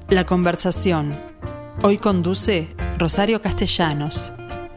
La conversación. Hoy conduce Rosario Castellanos.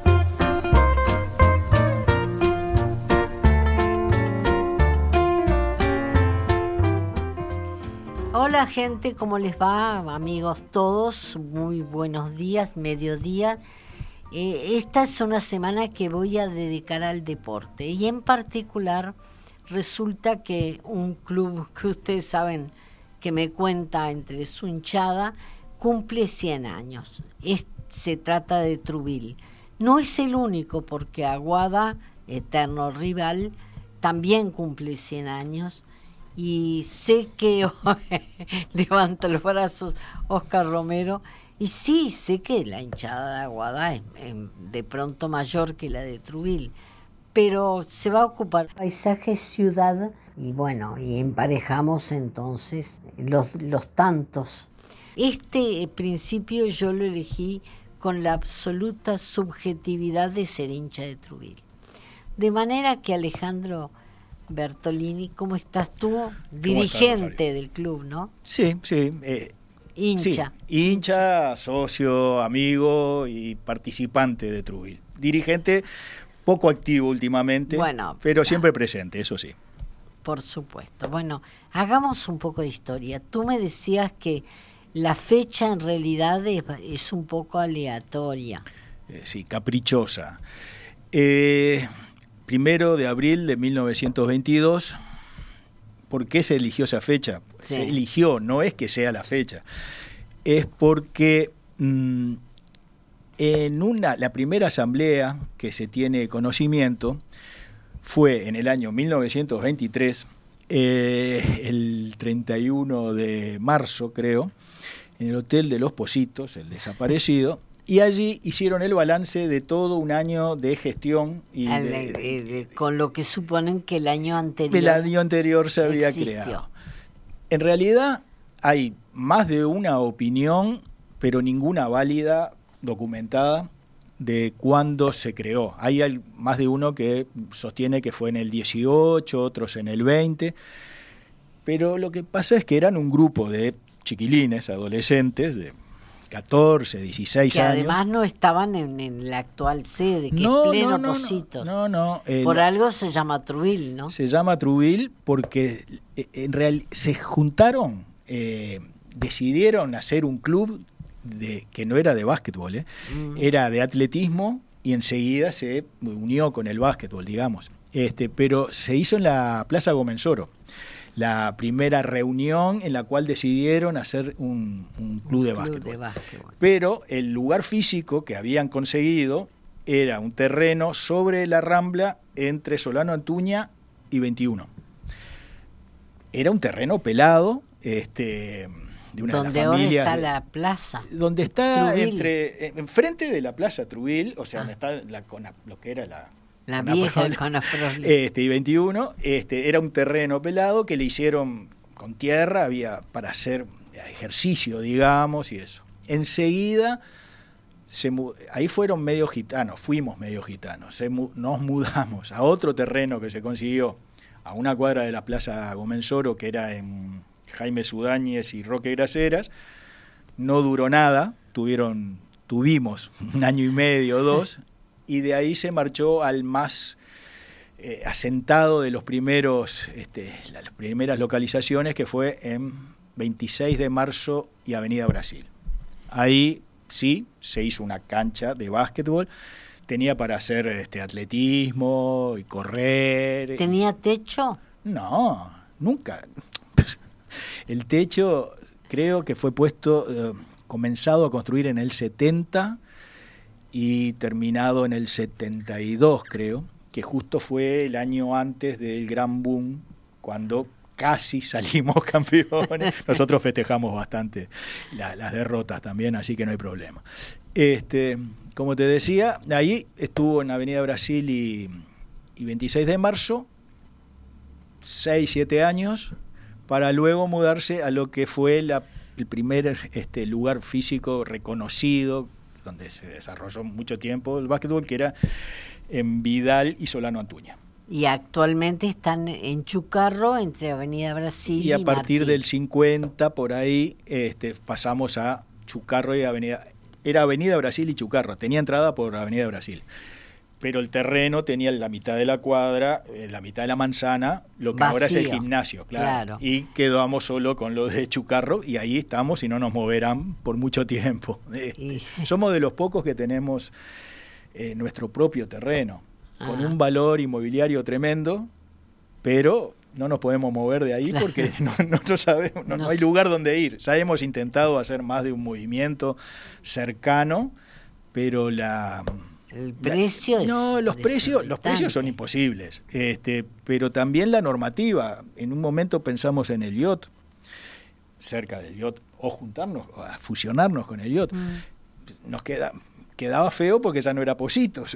Hola gente, ¿cómo les va? Amigos todos, muy buenos días, mediodía. Esta es una semana que voy a dedicar al deporte y en particular resulta que un club que ustedes saben que me cuenta entre su hinchada cumple 100 años. Se trata de Trubil. No es el único porque Aguada, eterno rival, también cumple 100 años. Y sé que levanta los brazos Oscar Romero, y sí, sé que la hinchada de Aguada es de pronto mayor que la de Trubil, pero se va a ocupar paisaje ciudad, y bueno, y emparejamos entonces los tantos. Este principio yo lo elegí con la absoluta subjetividad de ser hincha de Trubil. De manera que Alejandro Bertolini, ¿cómo estás tú? Dirigente del club, ¿no? Sí. Hincha. Sí, hincha, socio, amigo y participante de Trubil. Dirigente poco activo últimamente, bueno, pero siempre presente, eso sí. Por supuesto. Bueno, hagamos un poco de historia. Tú me decías que la fecha en realidad es un poco aleatoria. Sí, caprichosa. 1 de abril de 1922. ¿Por qué se eligió esa fecha? Sí. Se eligió, no es que sea la fecha. Es porque en la primera asamblea que se tiene conocimiento fue en el año 1923, el 31 de marzo, creo, en el Hotel de los Pocitos, el desaparecido. Y allí hicieron el balance de todo un año de gestión. Y con lo que suponen que el año anterior se había creado. En realidad hay más de una opinión, pero ninguna válida, documentada, de cuándo se creó. Hay más de uno que sostiene que fue en el 18, otros en el 20. Pero lo que pasa es que eran un grupo de chiquilines, adolescentes, de 14, 16 años. Que además no estaban en la actual sede, que es pleno Pocitos. No. Por algo se llama Trubil, ¿no? Se llama Trubil porque en realidad se juntaron, decidieron hacer un club que no era de básquetbol, era de atletismo, y enseguida se unió con el básquetbol, digamos. Pero se hizo en la Plaza Gomensoro. La primera reunión en la cual decidieron hacer un club de básquetbol. Pero el lugar físico que habían conseguido era un terreno sobre la Rambla entre Solano Antuña y 21. Era un terreno pelado, de una donde de las familias. ¿Dónde está la plaza? Donde está Trubil. Enfrente de la Plaza Trubil, o sea, donde está lo que era la vieja y 21, era un terreno pelado que le hicieron con tierra, había para hacer ejercicio, digamos, y eso. Enseguida, ahí fuimos medio gitanos, nos mudamos a otro terreno que se consiguió a una cuadra de la Plaza Gomensoro, que era en Jaime Sudáñez y Roque Graceras. No duró nada, tuvimos un año y medio o 2, y de ahí se marchó al más asentado de las primeras localizaciones, que fue en 26 de marzo y Avenida Brasil. Ahí sí se hizo una cancha de básquetbol, tenía para hacer atletismo y correr. ¿Tenía techo? No, nunca. El techo creo que fue comenzado a construir en el 70 y terminado en el 72, creo, que justo fue el año antes del gran boom, cuando casi salimos campeones. Nosotros festejamos bastante las derrotas también, así que no hay problema. Como te decía, ahí estuvo en Avenida Brasil y 26 de marzo, 6, 7 años, para luego mudarse a lo que fue el primer lugar físico reconocido, donde se desarrolló mucho tiempo el básquetbol, que era en Vidal y Solano Antuña. Y actualmente están en Chucarro, entre Avenida Brasil y a partir Martín. del 50, por ahí, pasamos a Chucarro y era Avenida Brasil y Chucarro. Tenía entrada por Avenida Brasil. Pero el terreno tenía la mitad de la cuadra, la mitad de la manzana, lo que Vacío. ahora es el gimnasio, claro. Y quedamos solo con lo de Chucarro y ahí estamos y no nos moverán por mucho tiempo. Somos de los pocos que tenemos nuestro propio terreno, con un valor inmobiliario tremendo, pero no nos podemos mover de ahí porque no sabemos, no hay lugar donde ir. Ya hemos intentado hacer más de un movimiento cercano, pero el precio es los precios son imposibles, pero también la normativa. En un momento pensamos en el yacht, cerca del yacht, o juntarnos, o fusionarnos con el yacht. Nos quedaba feo porque ya no era Positos,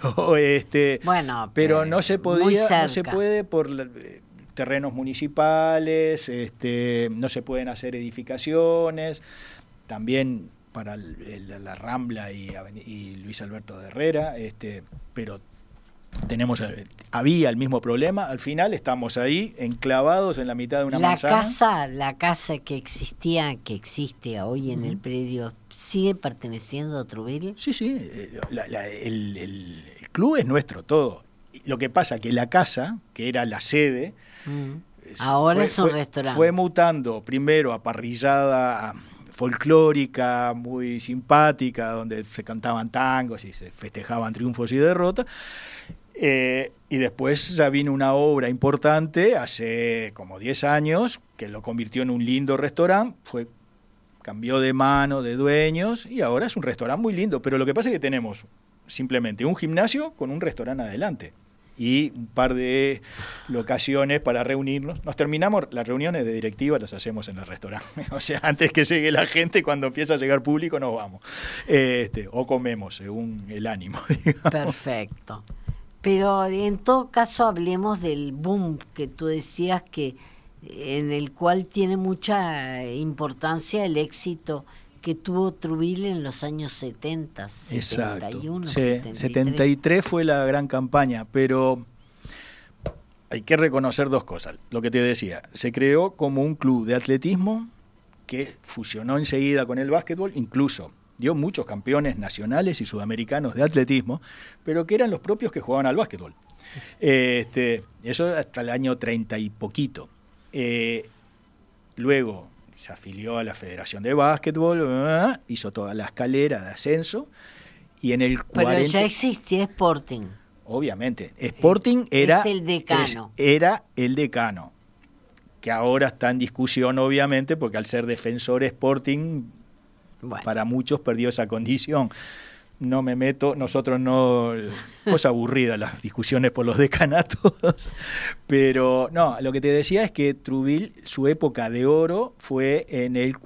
pero no se podía, no se puede por terrenos municipales, no se pueden hacer edificaciones, también para la Rambla y Luis Alberto de Herrera, pero había el mismo problema. Al final estamos ahí enclavados en la mitad de una manzana. La casa que existe hoy en el predio, ¿sigue perteneciendo a Truville? Sí, el club es nuestro todo. Lo que pasa que la casa, que era la sede, ahora es un restaurante. Fue mutando primero a parrillada folclórica, muy simpática, donde se cantaban tangos y se festejaban triunfos y derrotas. Y después ya vino una obra importante hace como 10 años que lo convirtió en un lindo restaurante, cambió de mano, de dueños, y ahora es un restaurante muy lindo. Pero lo que pasa es que tenemos simplemente un gimnasio con un restaurante adelante y un par de locaciones para reunirnos. Nos terminamos las reuniones de directiva, las hacemos en el restaurante. O sea, antes que llegue la gente, cuando empieza a llegar público, nos vamos. O comemos, según el ánimo, digamos. Perfecto. Pero en todo caso hablemos del boom que tú decías, en el cual tiene mucha importancia el éxito que tuvo Truville en los años 70, 71, sí, 73. 73 fue la gran campaña, pero hay que reconocer dos cosas. Lo que te decía, se creó como un club de atletismo que fusionó enseguida con el básquetbol, incluso dio muchos campeones nacionales y sudamericanos de atletismo, pero que eran los propios que jugaban al básquetbol. Eso hasta el año 30 y poquito. Luego se afilió a la Federación de Básquetbol, hizo toda la escalera de ascenso, y en el 40... Pero ya existía Sporting. Obviamente, Sporting era el decano. Era el decano, que ahora está en discusión, obviamente, porque al ser defensor Sporting, para muchos perdió esa condición. No me meto, nosotros no, cosa aburrida las discusiones por los decanatos, pero no, lo que te decía es que Truville, su época de oro fue en el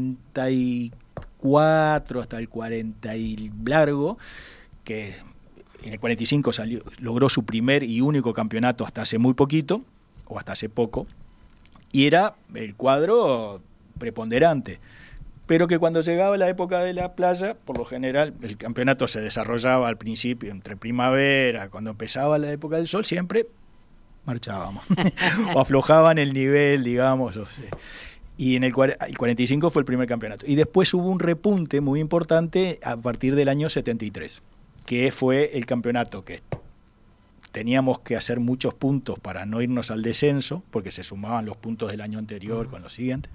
44 hasta el 40 y largo, que en el 45 logró su primer y único campeonato hasta hace muy poquito, o hasta hace poco, y era el cuadro preponderante. Pero que cuando llegaba la época de la playa, por lo general, el campeonato se desarrollaba al principio, entre primavera, cuando empezaba la época del sol, siempre marchábamos. O aflojaban el nivel, digamos. Y en el 45 fue el primer campeonato. Y después hubo un repunte muy importante a partir del año 73, que fue el campeonato que teníamos que hacer muchos puntos para no irnos al descenso, porque se sumaban los puntos del año anterior con los siguientes.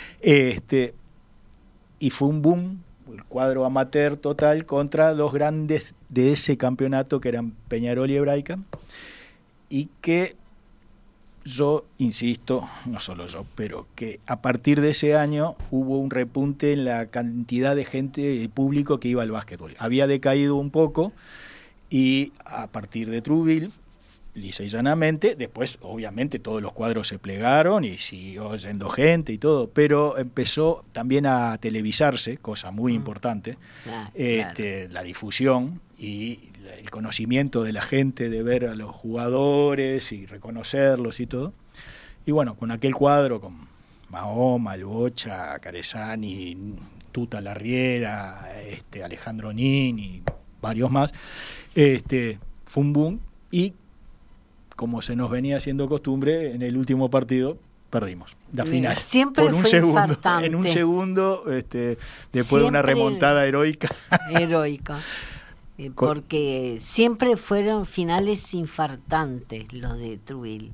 Y fue un boom, el cuadro amateur total contra los grandes de ese campeonato que eran Peñarol y Hebraica, y que yo insisto, no solo yo, pero que a partir de ese año hubo un repunte en la cantidad de gente y público que iba al básquetbol. Había decaído un poco y a partir de Truville, lisa y llanamente, después obviamente todos los cuadros se plegaron y siguió yendo gente y todo, pero empezó también a televisarse, cosa muy importante, claro. La difusión y el conocimiento de la gente, de ver a los jugadores y reconocerlos y todo. Y bueno, con aquel cuadro, con Mahoma, El Bocha, Caresani, Tuta Larriera, Alejandro Nin y varios más, fue un boom. Y como se nos venía haciendo costumbre, en el último partido perdimos la final. Siempre por un fue segundo, infartante. en un segundo, después Siempre de una remontada heroica. Heroica. Porque siempre fueron finales infartantes los de Trujillo.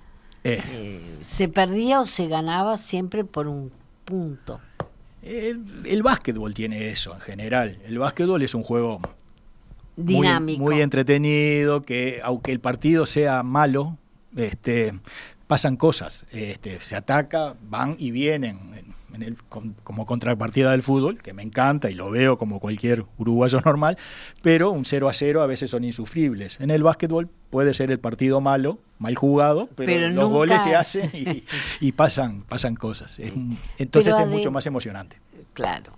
Se perdía o se ganaba siempre por un punto. El básquetbol tiene eso en general. El básquetbol es un juego dinámico, muy entretenido, que aunque el partido sea malo, pasan cosas. Se ataca, van y vienen. Como contrapartida del fútbol, que me encanta y lo veo como cualquier uruguayo normal, pero un 0-0 a veces son insufribles. En el básquetbol puede ser el partido mal jugado, pero los nunca... goles se hacen y pasan cosas. Entonces es mucho más emocionante. Claro.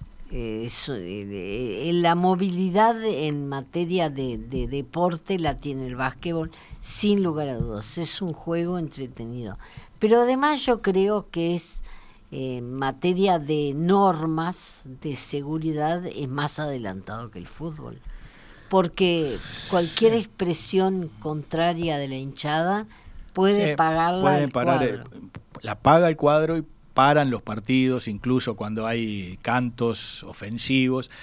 La movilidad en materia de deporte la tiene el básquetbol, sin lugar a dudas. Es un juego entretenido. Pero además yo creo que es en materia de normas de seguridad es más adelantado que el fútbol, porque cualquier expresión contraria de la hinchada puede pagarla al cuadro. La paga el cuadro y paran los partidos, incluso cuando hay cantos ofensivos,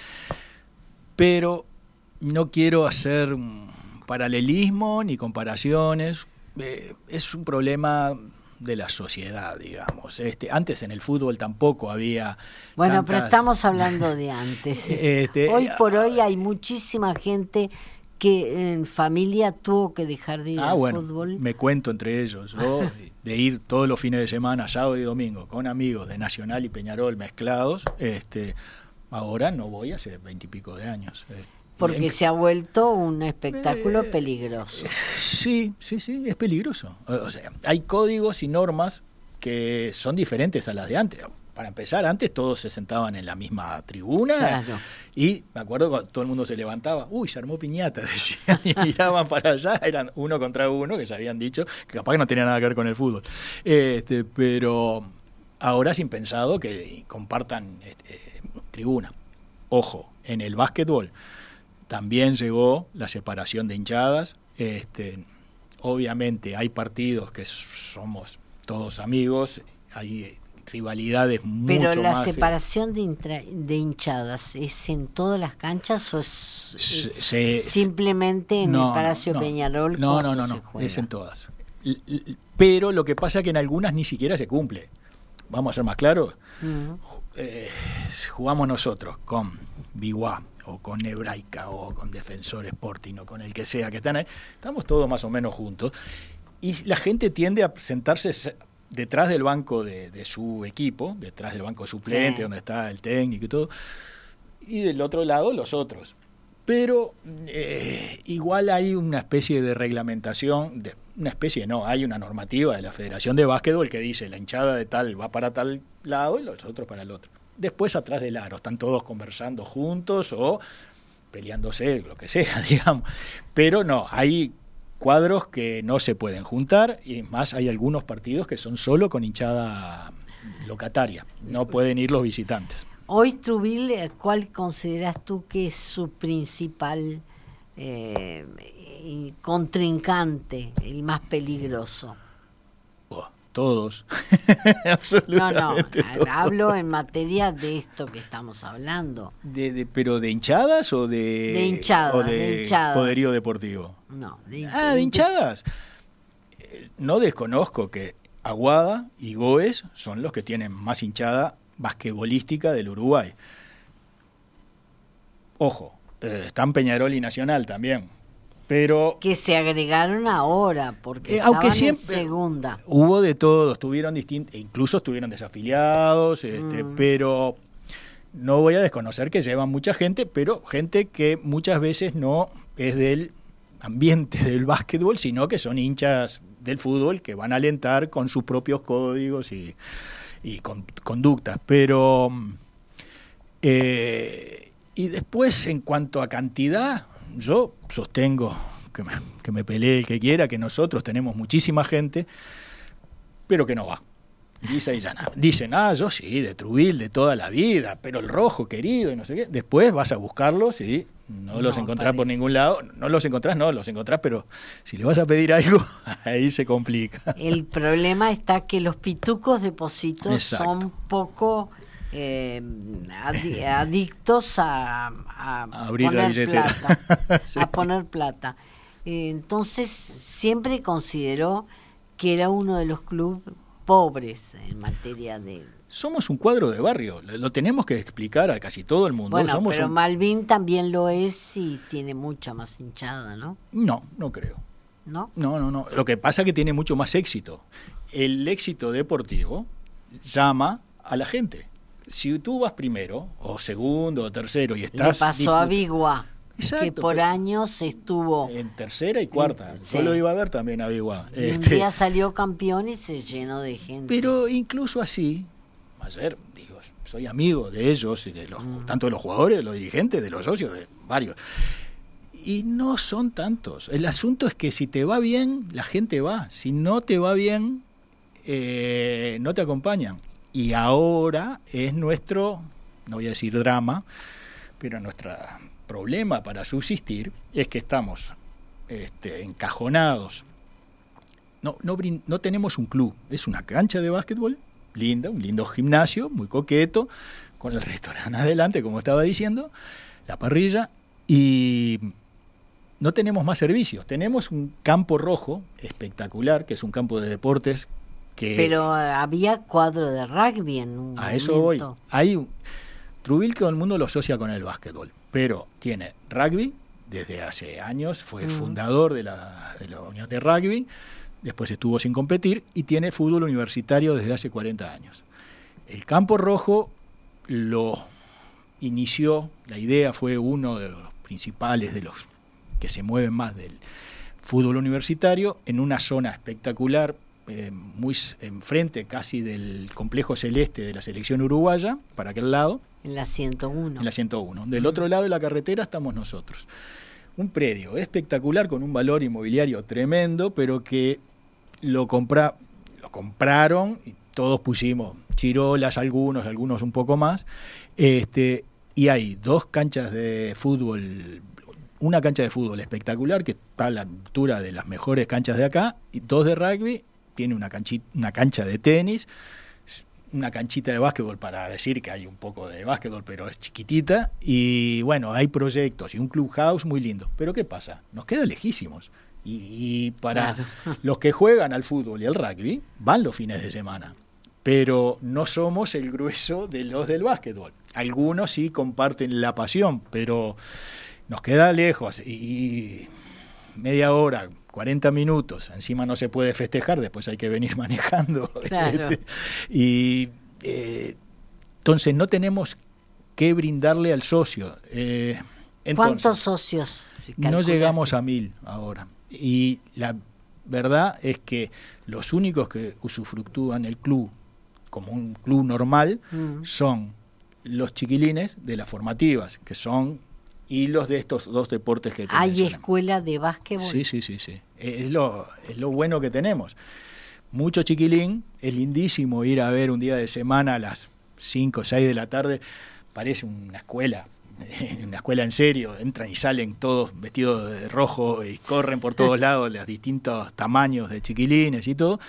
pero no quiero hacer paralelismo ni comparaciones. Es un problema de la sociedad, digamos. Antes en el fútbol tampoco había pero estamos hablando de antes. Hoy por hoy hay muchísima gente que en familia tuvo que dejar de ir al fútbol. Me cuento entre ellos, yo de ir todos los fines de semana, sábado y domingo, con amigos de Nacional y Peñarol mezclados, ahora no voy hace 20 y pico de años. Porque se ha vuelto un espectáculo peligroso. Sí, es peligroso. O sea, hay códigos y normas que son diferentes a las de antes. Para empezar, antes todos se sentaban en la misma tribuna, claro. Y me acuerdo cuando todo el mundo se levantaba, se armó piñata, decían, y miraban para allá, eran uno contra uno, que se habían dicho, que capaz que no tenía nada que ver con el fútbol. Pero ahora es impensado que compartan tribuna. Ojo, en el básquetbol también llegó la separación de hinchadas. Obviamente hay partidos que somos todos amigos, hay rivalidades mucho más... Pero la separación de hinchadas, ¿es en todas las canchas o es simplemente en el Palacio Peñarol? No, es en todas. Pero lo que pasa es que en algunas ni siquiera se cumple. Vamos a ser más claros. Jugamos nosotros con Biguá, o con Hebraica, o con Defensor Sporting, o con el que sea que están ahí, estamos todos más o menos juntos, y la gente tiende a sentarse detrás del banco de su equipo, detrás del banco suplente, donde está el técnico y todo, y del otro lado los otros. Pero igual hay una especie de reglamentación, hay una normativa de la Federación de Básquetbol que dice la hinchada de tal va para tal lado y los otros para el otro. Después atrás del aro, están todos conversando juntos o peleándose, lo que sea, digamos. Pero no, hay cuadros que no se pueden juntar, y más hay algunos partidos que son solo con hinchada locataria, no pueden ir los visitantes. Hoy Trujillo, ¿cuál consideras tú que es su principal contrincante, el más peligroso? Todos. Absolutamente todos. Hablo en materia de esto que estamos hablando. ¿Pero de hinchadas o de hinchadas? O de hinchadas. Poderío deportivo. No, de hinchadas. No desconozco que Aguada y Goes son los que tienen más hinchada basquetbolística del Uruguay. Ojo, están Peñarol y Nacional también. Pero que se agregaron ahora porque estaban en segunda. Hubo de todo, estuvieron incluso estuvieron desafiliados, pero no voy a desconocer que llevan mucha gente, pero gente que muchas veces no es del ambiente del básquetbol, sino que son hinchas del fútbol que van a alentar con sus propios códigos y conductas. Pero y después, en cuanto a cantidad, yo sostengo, que me pelee el que quiera, que nosotros tenemos muchísima gente, pero que no va. Dicen, yo sí, de Trujillo de toda la vida, pero el rojo querido y no sé qué. Después vas a buscarlos y No los encontrás por ningún lado. Los encontrás, pero si le vas a pedir algo, ahí se complica. El problema está que los pitucos de Pocitos Exacto. son poco adictos a abrir la poner billetera. plata, Sí. a poner plata. Entonces siempre consideró que era uno de los clubes pobres en materia de... Somos un cuadro de barrio, lo tenemos que explicar a casi todo el mundo. Bueno, Somos pero Malvin también lo es y tiene mucha más hinchada, ¿no? No creo. ¿No? No. Lo que pasa es que tiene mucho más éxito. El éxito deportivo llama a la gente. Si tú vas primero, o segundo, o tercero, y estás... Le pasó a Biguá, Exacto, que por pero años estuvo... en tercera y cuarta. Sí. Yo lo iba a ver también a Biguá. Y un día salió campeón y se llenó de gente. Pero incluso así, ayer, digo, soy amigo de ellos, y de los, tanto de los jugadores, de los dirigentes, de los socios, de varios. Y no son tantos. El asunto es que si te va bien, la gente va. Si no te va bien, no te acompañan. Y ahora es nuestro, no voy a decir drama, pero nuestro problema para subsistir es que estamos encajonados. No tenemos un club, es una cancha de básquetbol linda, un lindo gimnasio, muy coqueto, con el restaurante adelante, como estaba diciendo, la parrilla, y no tenemos más servicios. Tenemos un campo rojo espectacular, que es un campo de deportes que... Pero había cuadro de rugby en un A eso voy. momento. Truville, todo el mundo lo asocia con el básquetbol, pero tiene rugby, desde hace años, fue fundador de la Unión de Rugby, después estuvo sin competir, y tiene fútbol universitario desde hace 40 años. El campo rojo lo inició, la idea fue uno de los principales, de los que se mueven más del fútbol universitario, en una zona espectacular, muy enfrente casi del complejo celeste de la selección uruguaya, para aquel lado. En la 101. En la 101. Del otro lado de la carretera estamos nosotros. Un predio espectacular con un valor inmobiliario tremendo, pero que lo compraron y todos pusimos chirolas, algunos un poco más. Y hay dos canchas de fútbol, una cancha de fútbol espectacular que está a la altura de las mejores canchas de acá, y dos de rugby, tiene una cancha de tenis, una canchita de básquetbol para decir que hay un poco de básquetbol, pero es chiquitita, y bueno, hay proyectos y un clubhouse muy lindo. Pero ¿qué pasa? Nos queda lejísimos. Y para los que juegan al fútbol y al rugby, van los fines de semana. Pero no somos el grueso de los del básquetbol. Algunos sí comparten la pasión, pero nos queda lejos. Y media hora, 40 minutos, encima no se puede festejar, después hay que venir manejando. Claro. Entonces no tenemos que brindarle al socio. ¿Cuántos socios? No llegamos a 1000 ahora. Y la verdad es que los únicos que usufructúan el club como un club normal son los chiquilines de las formativas, que son hilos de estos dos deportes que tenemos. ¿Hay escuela de básquetbol? Sí. Es lo bueno que tenemos. Mucho chiquilín, es lindísimo ir a ver un día de semana a las 5 o 6 de la tarde, parece una escuela en serio, entran y salen todos vestidos de rojo y corren por todos lados, los distintos tamaños de chiquilines y todo.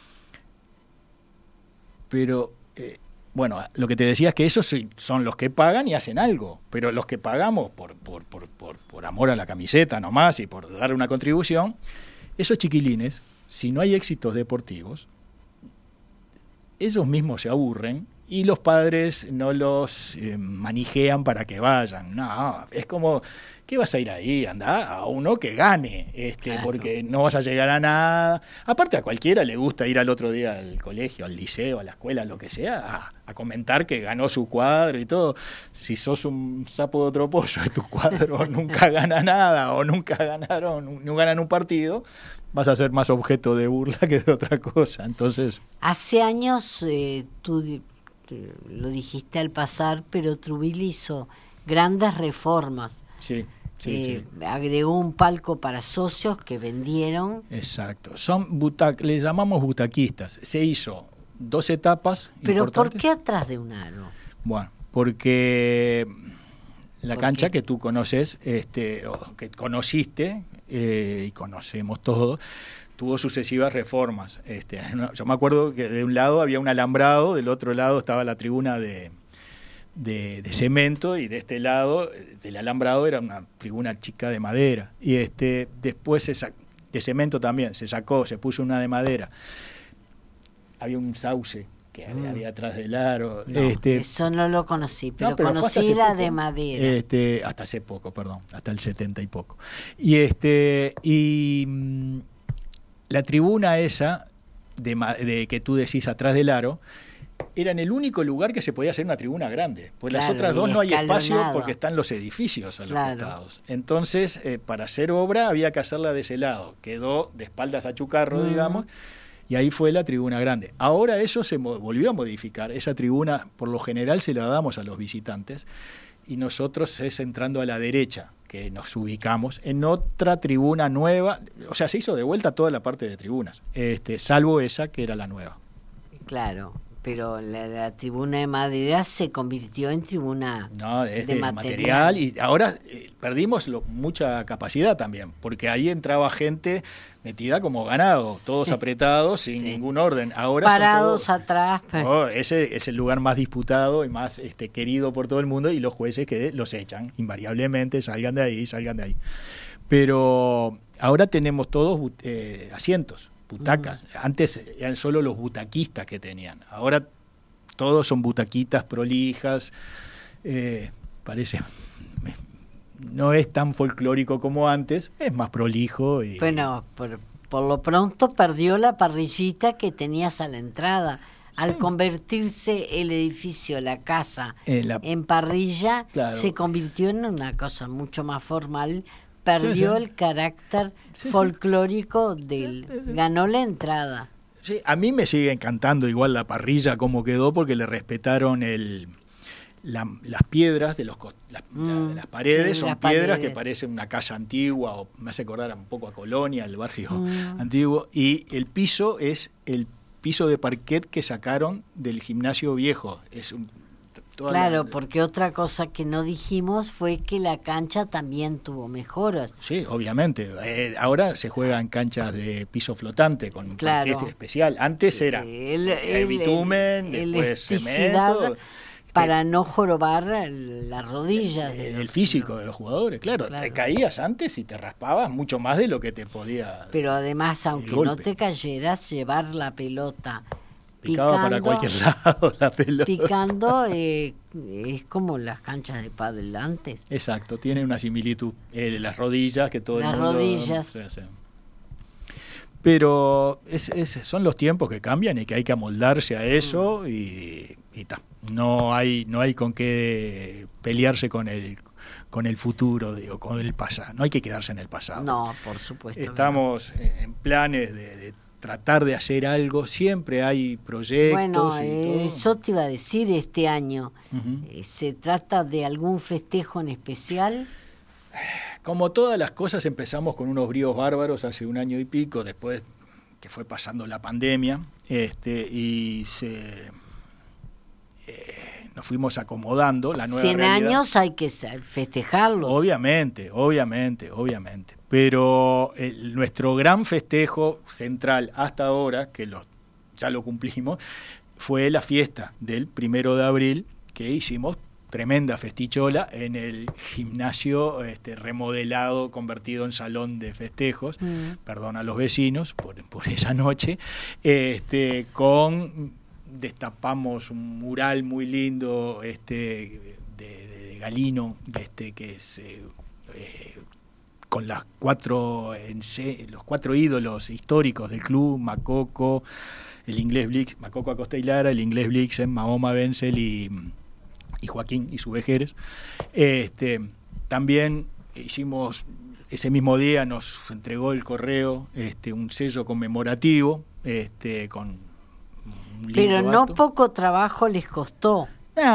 Pero, bueno, lo que te decía es que esos son los que pagan y hacen algo, pero los que pagamos por amor a la camiseta nomás y por dar una contribución, esos chiquilines, si no hay éxitos deportivos, ellos mismos se aburren y los padres no los manijean para que vayan. No, es como, ¿qué vas a ir ahí? Anda a uno que gane, claro, porque no vas a llegar a nada. Aparte, a cualquiera le gusta ir al otro día al colegio, al liceo, a la escuela, lo que sea, a comentar que ganó su cuadro y todo. Si sos un sapo de otro pollo y tu cuadro nunca gana nada o nunca ganan un partido, vas a ser más objeto de burla que de otra cosa. Entonces, hace años tú lo dijiste al pasar, pero Truville hizo grandes reformas. Sí. Agregó un palco para socios que vendieron. Exacto. Le llamamos butaquistas. Se hizo 2 etapas. ¿Pero importantes. por qué atrás de un aro? Bueno, porque La cancha que tú conoces, o que conociste, y conocemos todos, tuvo sucesivas reformas. Yo me acuerdo que de un lado había un alambrado, del otro lado estaba la tribuna de cemento, y de este lado del alambrado era una tribuna chica de madera. Y después de cemento también se sacó, se puso una de madera. Había un sauce que había atrás del aro. No, eso no lo conocí, pero conocí la de madera. Hasta hace poco, perdón, hasta el 70 y poco. Y la tribuna esa de que tú decís atrás del aro era en el único lugar que se podía hacer una tribuna grande, pues las otras dos no hay espacio porque están los edificios a los costados. Entonces, para hacer obra había que hacerla de ese lado. Quedó de espaldas a Chucarro, digamos, y ahí fue la tribuna grande. Ahora eso se volvió a modificar. Esa tribuna, por lo general, se la damos a los visitantes, y nosotros es entrando a la derecha que nos ubicamos en otra tribuna nueva. O sea, se hizo de vuelta toda la parte de tribunas, salvo esa que era la nueva. Claro, pero la tribuna de madera se convirtió en tribuna de material, y ahora perdimos mucha capacidad también, porque ahí entraba gente metida como ganado, todos apretados, sin ningún orden. Ahora parados atrás. Ese es el lugar más disputado y más querido por todo el mundo, y los jueces que los echan invariablemente, salgan de ahí. Pero ahora tenemos todos asientos, butacas. Antes eran solo los butaquistas que tenían. Ahora todos son butaquitas prolijas. Parece... No es tan folclórico como antes, es más prolijo. Bueno, por lo pronto perdió la parrillita que tenías a la entrada. Al convertirse el edificio, la casa, en parrilla, se convirtió en una cosa mucho más formal. Perdió el carácter folclórico ganó la entrada. Sí, a mí me sigue encantando igual la parrilla como quedó, porque le respetaron las piedras de las paredes, son piedras que parecen una casa antigua, o me hace acordar un poco a Colonia, el barrio antiguo, y el piso es el piso de parquet que sacaron del gimnasio viejo. Porque otra cosa que no dijimos fue que la cancha también tuvo mejoras. Sí, obviamente. Ahora se juega en canchas de piso flotante con parquet especial. Antes era el bitumen, después cemento. Para no jorobar las rodillas. El físico de los jugadores, claro. Te caías antes y te raspabas mucho más de lo que te podía... Pero además, aunque no te cayeras, llevar la pelota picaba para cualquier lado la pelota. Picando es como las canchas de pádel antes. Exacto, tiene una similitud. Las rodillas, que todo el mundo... Las rodillas. Sí. Pero son los tiempos que cambian y que hay que amoldarse a eso, y ta. No hay con qué pelearse con el futuro, con el pasado. No hay que quedarse en el pasado. No, por supuesto. Estamos en planes de tratar de hacer algo. Siempre hay proyectos. Bueno, eso te iba a decir este año. ¿Se trata de algún festejo en especial? Como todas las cosas, empezamos con unos bríos bárbaros hace un año y pico, después que fue pasando la pandemia, y nos fuimos acomodando la nueva 100 realidad. años hay que festejarlos. Obviamente. Pero nuestro gran festejo central hasta ahora, que ya lo cumplimos, fue la fiesta del 1 de abril, que hicimos tremenda festichola en el gimnasio remodelado, convertido en salón de festejos. Perdón a los vecinos por esa noche. Destapamos un mural muy lindo de Galino, que es con los cuatro ídolos históricos del club: Macoco, el inglés Blix, Macoco Acosta y Lara, el inglés Blixen, Mahoma Benzel y Joaquín y Subejeres. También hicimos, ese mismo día nos entregó el correo un sello conmemorativo con un lindo Pero no acto. poco trabajo les costó.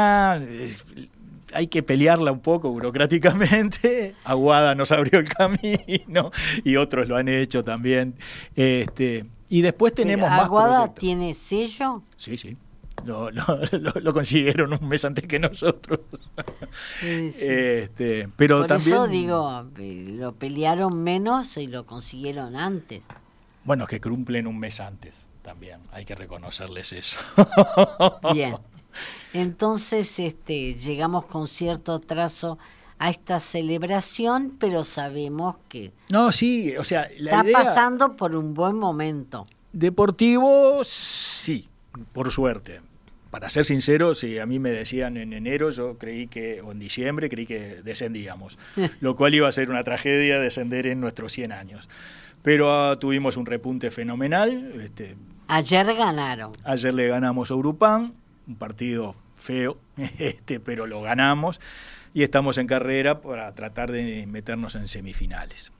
Hay que pelearla un poco burocráticamente. Aguada nos abrió el camino y otros lo han hecho también. Y después tenemos más ¿Aguada proyectos. tiene sello? Sí. lo consiguieron un mes antes que nosotros. Sí. Pero por también, eso digo, lo pelearon menos y lo consiguieron antes. bueno, que cumplen un mes antes también, hay que reconocerles eso. Bien. Entonces, llegamos con cierto atraso a esta celebración, pero sabemos que No, sí, o sea, la está idea pasando por un buen momento. deportivo, sí, por suerte. Para ser sincero, si a mí me decían en enero, yo creí que, o en diciembre, creí que descendíamos, lo cual iba a ser una tragedia descender en nuestros 100 años. Pero tuvimos un repunte fenomenal. Ayer ganaron. Ayer le ganamos a Urupán, un partido feo, pero lo ganamos y estamos en carrera para tratar de meternos en semifinales.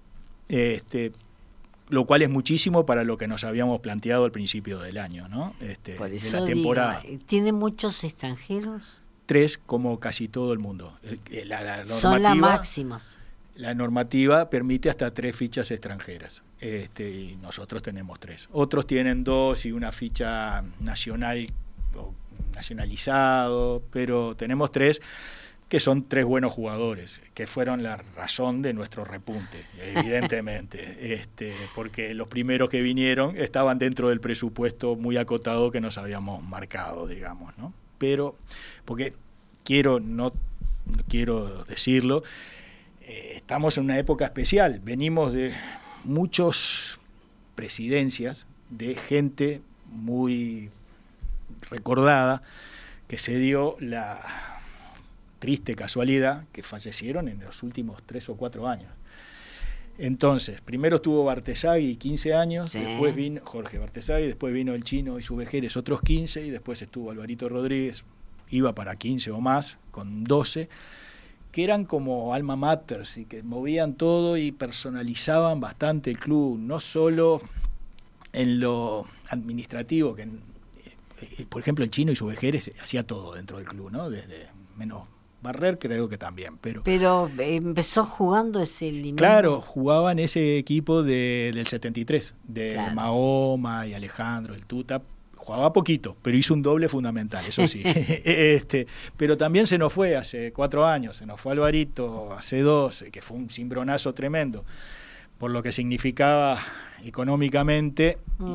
Lo cual es muchísimo para lo que nos habíamos planteado al principio del año, ¿no? Por de eso la temporada. digo, ¿tiene muchos extranjeros? 3, como casi todo el mundo. La Son las máximas. La normativa permite hasta 3 fichas extranjeras. Y nosotros tenemos 3. Otros tienen 2 y una ficha nacional o nacionalizado, pero tenemos 3 que son 3 buenos jugadores, que fueron la razón de nuestro repunte, evidentemente, porque los primeros que vinieron estaban dentro del presupuesto muy acotado que nos habíamos marcado, digamos, ¿no? Pero, porque no quiero decirlo, estamos en una época especial, venimos de muchas presidencias de gente muy recordada que se dio la triste casualidad que fallecieron en los últimos 3 o 4 años. Entonces, primero estuvo Bartesagui 15 años, sí. Después vino Jorge Bartesagui, después vino el Chino y su Vejeres otros 15, y después estuvo Alvarito Rodríguez, iba para 15 o más, con 12, que eran como alma mater, y que movían todo y personalizaban bastante el club, no solo en lo administrativo, que por ejemplo el Chino y su Vejeres hacía todo dentro del club, ¿no? Desde menos Barrer creo que también, pero empezó jugando ese limón. Claro, jugaba en ese equipo del 73, de claro. Mahoma y Alejandro, el Tuta, jugaba poquito, pero hizo un doble fundamental, eso sí. Pero también se nos fue hace 4 años, se nos fue Alvarito hace 2, que fue un cimbronazo tremendo, por lo que significaba económicamente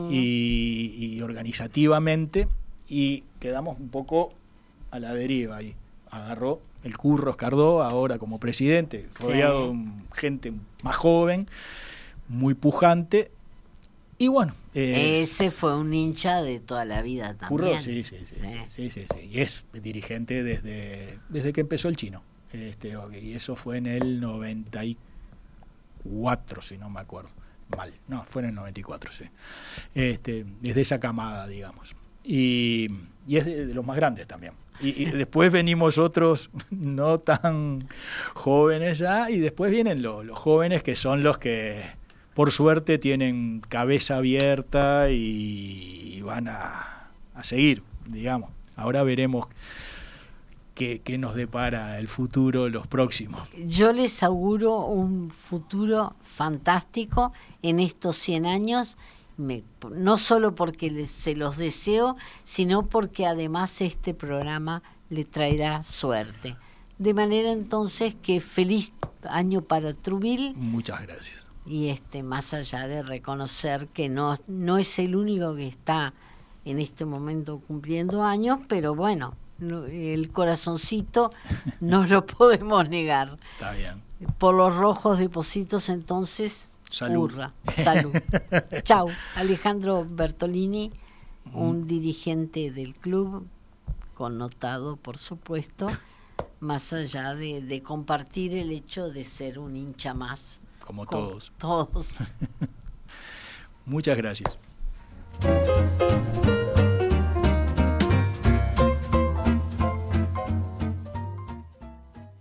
y organizativamente, y quedamos un poco a la deriva ahí. Agarró el Curro Escardó ahora como presidente, rodeado de gente más joven, muy pujante, y bueno. Ese fue un hincha de toda la vida también. Curro, sí. Y es dirigente desde que empezó el Chino. Y eso fue en el 94, si no me acuerdo mal. No, fue en el 94, sí. Desde esa camada, digamos. Y es de los más grandes también. Y después venimos otros no tan jóvenes ya, y después vienen los jóvenes, que son los que por suerte tienen cabeza abierta y van a seguir, digamos. Ahora veremos qué nos depara el futuro, los próximos. Yo les auguro un futuro fantástico en estos 100 años, no solo porque se los deseo, sino porque además este programa le traerá suerte. De manera entonces que feliz año para Trubil. Muchas gracias. Y más allá de reconocer que no es el único que está en este momento cumpliendo años, pero bueno, el corazoncito no lo podemos negar. Está bien. Por los rojos de Pocitos, entonces, salud. Hurra, salud. Chau, Alejandro Bertolini, un dirigente del club, connotado por supuesto, más allá de compartir el hecho de ser un hincha más. Como todos. Todos. Muchas gracias.